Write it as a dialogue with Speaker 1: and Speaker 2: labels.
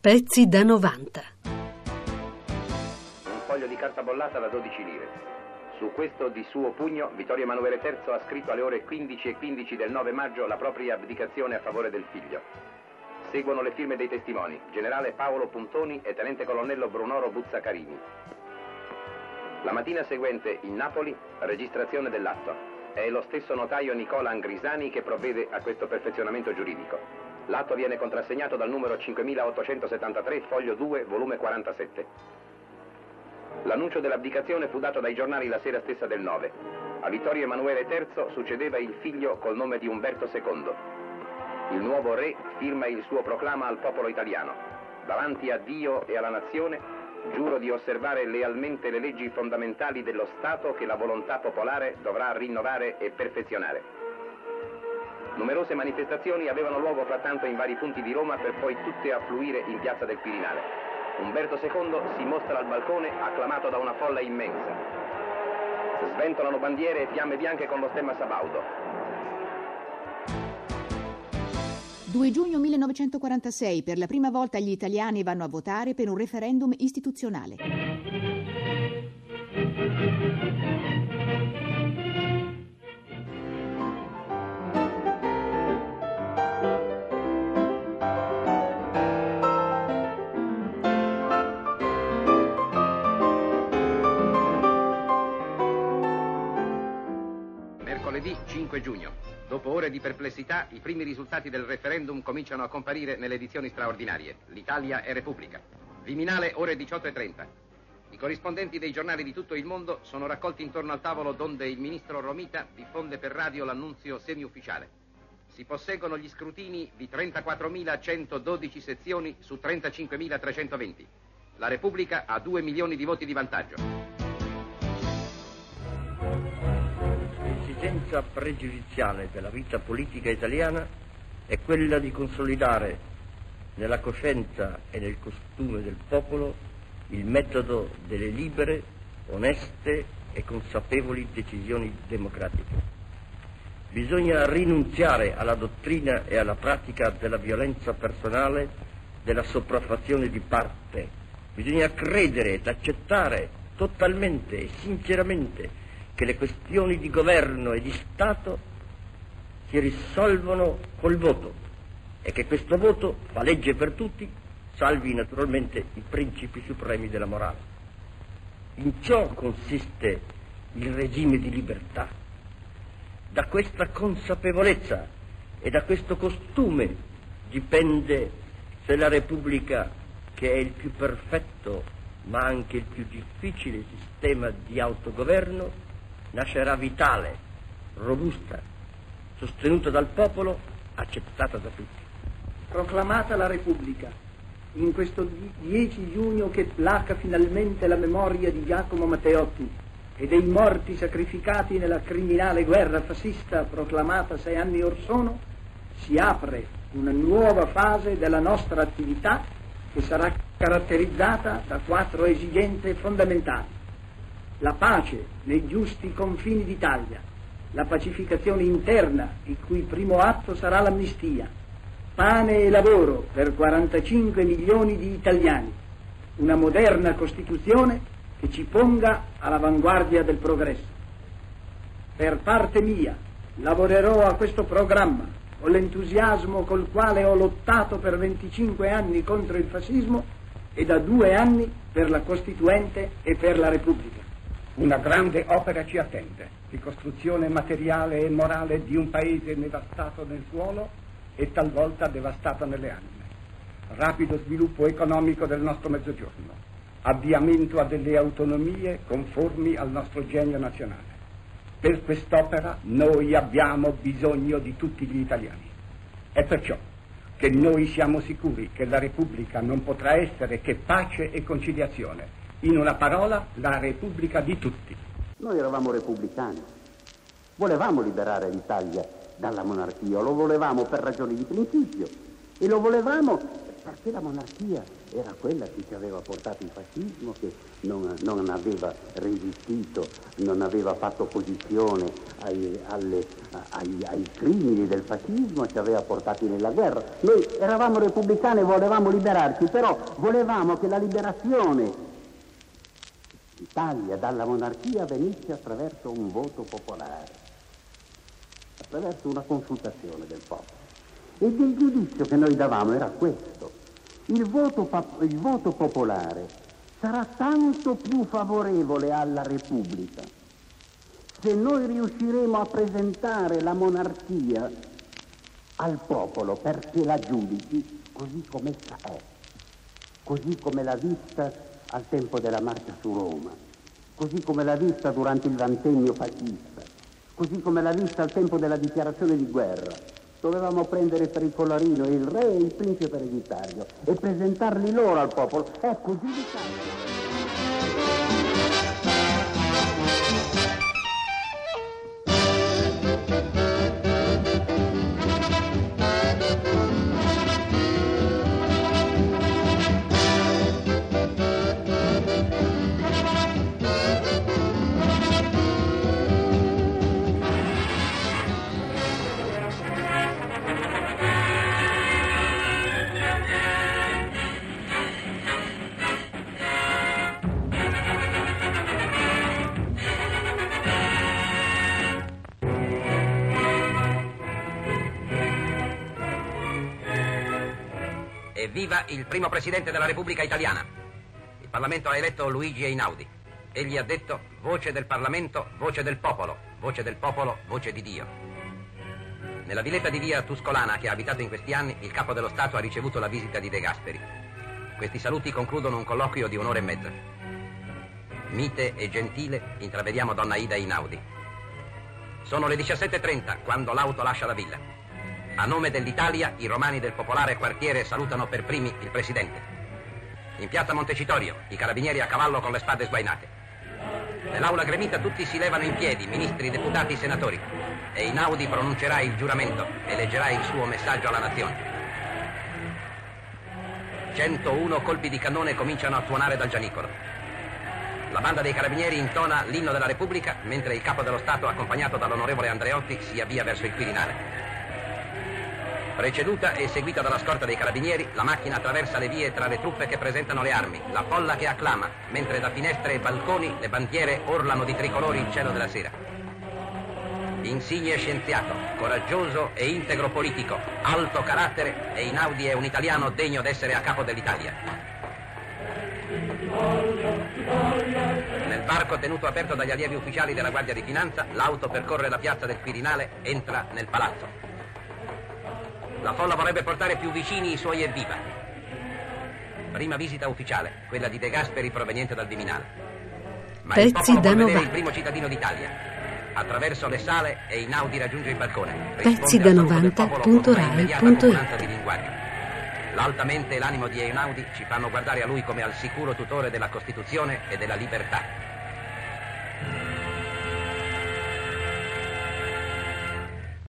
Speaker 1: Pezzi da 90.
Speaker 2: Un foglio di carta bollata da 12 lire. Su questo di suo pugno Vittorio Emanuele III ha scritto alle ore 15:15 del 9 maggio la propria abdicazione a favore del figlio. Seguono le firme dei testimoni, generale Paolo Puntoni e tenente colonnello Brunoro Buzzacarini. La mattina seguente, in Napoli, registrazione dell'atto. È lo stesso notaio Nicola Angrisani che provvede a questo perfezionamento giuridico. L'atto viene contrassegnato dal numero 5873, foglio 2, volume 47. L'annuncio dell'abdicazione fu dato dai giornali la sera stessa del 9. A Vittorio Emanuele III succedeva il figlio col nome di Umberto II. Il nuovo re firma il suo proclama al popolo italiano. Davanti a Dio e alla nazione, giuro di osservare lealmente le leggi fondamentali dello Stato che la volontà popolare dovrà rinnovare e perfezionare. Numerose manifestazioni avevano luogo frattanto in vari punti di Roma per poi tutte affluire in piazza del Quirinale. Umberto II si mostra al balcone acclamato da una folla immensa. Sventolano bandiere e fiamme bianche con lo stemma sabaudo.
Speaker 3: 2 giugno 1946, per la prima volta gli italiani vanno a votare per un referendum istituzionale.
Speaker 2: Mercoledì 5 giugno. Dopo ore di perplessità, i primi risultati del referendum cominciano a comparire nelle edizioni straordinarie. L'Italia è Repubblica. Viminale, ore 18:30. I corrispondenti dei giornali di tutto il mondo sono raccolti intorno al tavolo donde il ministro Romita diffonde per radio l'annunzio semiufficiale. Si posseggono gli scrutini di 34.112 sezioni su 35.320. La Repubblica ha 2 milioni di voti di vantaggio.
Speaker 4: L'esigenza pregiudiziale della vita politica italiana è quella di consolidare nella coscienza e nel costume del popolo il metodo delle libere, oneste e consapevoli decisioni democratiche. Bisogna rinunziare alla dottrina e alla pratica della violenza personale, della sopraffazione di parte. Bisogna credere ed accettare totalmente e sinceramente che le questioni di governo e di Stato si risolvono col voto e che questo voto fa legge per tutti, salvi naturalmente i principi supremi della morale. In ciò consiste il regime di libertà. Da questa consapevolezza e da questo costume dipende se la Repubblica, che è il più perfetto ma anche il più difficile sistema di autogoverno, nascerà vitale, robusta, sostenuta dal popolo, accettata da tutti.
Speaker 5: Proclamata la Repubblica, in questo 10 giugno che placa finalmente la memoria di Giacomo Matteotti e dei morti sacrificati nella criminale guerra fascista proclamata 6 anni or sono, si apre una nuova fase della nostra attività che sarà caratterizzata da 4 esigenze fondamentali: la pace nei giusti confini d'Italia, la pacificazione interna, il cui primo atto sarà l'amnistia, pane e lavoro per 45 milioni di italiani, una moderna Costituzione che ci ponga all'avanguardia del progresso. Per parte mia lavorerò a questo programma con l'entusiasmo col quale ho lottato per 25 anni contro il fascismo e da 2 anni per la Costituente e per la Repubblica.
Speaker 6: Una grande opera ci attende, ricostruzione materiale e morale di un paese devastato nel suolo e talvolta devastato nelle anime, rapido sviluppo economico del nostro mezzogiorno, avviamento a delle autonomie conformi al nostro genio nazionale. Per quest'opera noi abbiamo bisogno di tutti gli italiani. È perciò che noi siamo sicuri che la Repubblica non potrà essere che pace e conciliazione. In una parola, la Repubblica di tutti.
Speaker 7: Noi eravamo repubblicani, volevamo liberare l'Italia dalla monarchia, lo volevamo per ragioni di principio e lo volevamo Perché la monarchia era quella che ci aveva portato il fascismo, che non aveva resistito, non aveva fatto opposizione ai crimini del fascismo, ci aveva portati nella guerra. Noi eravamo repubblicani e volevamo liberarci, però volevamo che la liberazione d'Italia dalla monarchia venisse attraverso un voto popolare, attraverso una consultazione del popolo. E il giudizio che noi davamo era questo: il voto popolare sarà tanto più favorevole alla Repubblica se noi riusciremo a presentare la monarchia al popolo perché la giudichi così come essa è, così come l'ha vista al tempo della marcia su Roma, così come l'ha vista durante il ventennio fascista, così come l'ha vista al tempo della dichiarazione di guerra. Dovevamo prendere per il collarino il re e il principe ereditario e presentarli loro al popolo. Ecco, giudicare.
Speaker 2: Viva il primo presidente della Repubblica Italiana. Il Parlamento ha eletto Luigi Einaudi. Egli ha detto: voce del Parlamento, voce del popolo, voce del popolo, voce di Dio. Nella villetta di via Tuscolana che ha abitato in questi anni, il capo dello Stato ha ricevuto la visita di De Gasperi. Questi saluti concludono un colloquio di 1 ora e mezza. Mite e gentile intravediamo donna Ida Einaudi. Sono le 17:30 quando l'auto lascia la villa. A nome dell'Italia, i romani del popolare quartiere salutano per primi il presidente. In piazza Montecitorio, i carabinieri a cavallo con le spade sguainate. Nell'aula gremita tutti si levano in piedi, ministri, deputati, senatori. E Einaudi pronuncerà il giuramento e leggerà il suo messaggio alla nazione. 101 colpi di cannone cominciano a suonare dal Gianicolo. La banda dei carabinieri intona l'inno della Repubblica, mentre il capo dello Stato, accompagnato dall'onorevole Andreotti, si avvia verso il Quirinale. Preceduta e seguita dalla scorta dei carabinieri, la macchina attraversa le vie tra le truppe che presentano le armi, la folla che acclama, mentre da finestre e balconi le bandiere orlano di tricolori il cielo della sera. Insigne scienziato, coraggioso e integro politico, alto carattere, Einaudi è un italiano degno d'essere a capo dell'Italia. Nel varco tenuto aperto dagli allievi ufficiali della Guardia di Finanza, l'auto percorre la piazza del Quirinale, entra nel palazzo. La folla vorrebbe portare più vicini i suoi evviva. Prima visita ufficiale, quella di De Gasperi proveniente dal Viminale. Ma il popolo vuole vedere il primo cittadino d'Italia. Attraverso le sale Einaudi raggiunge il balcone.
Speaker 1: Pezzi da 90.rai.it.
Speaker 2: L'alta mente e l'animo di Einaudi ci fanno guardare a lui come al sicuro tutore della Costituzione e della libertà.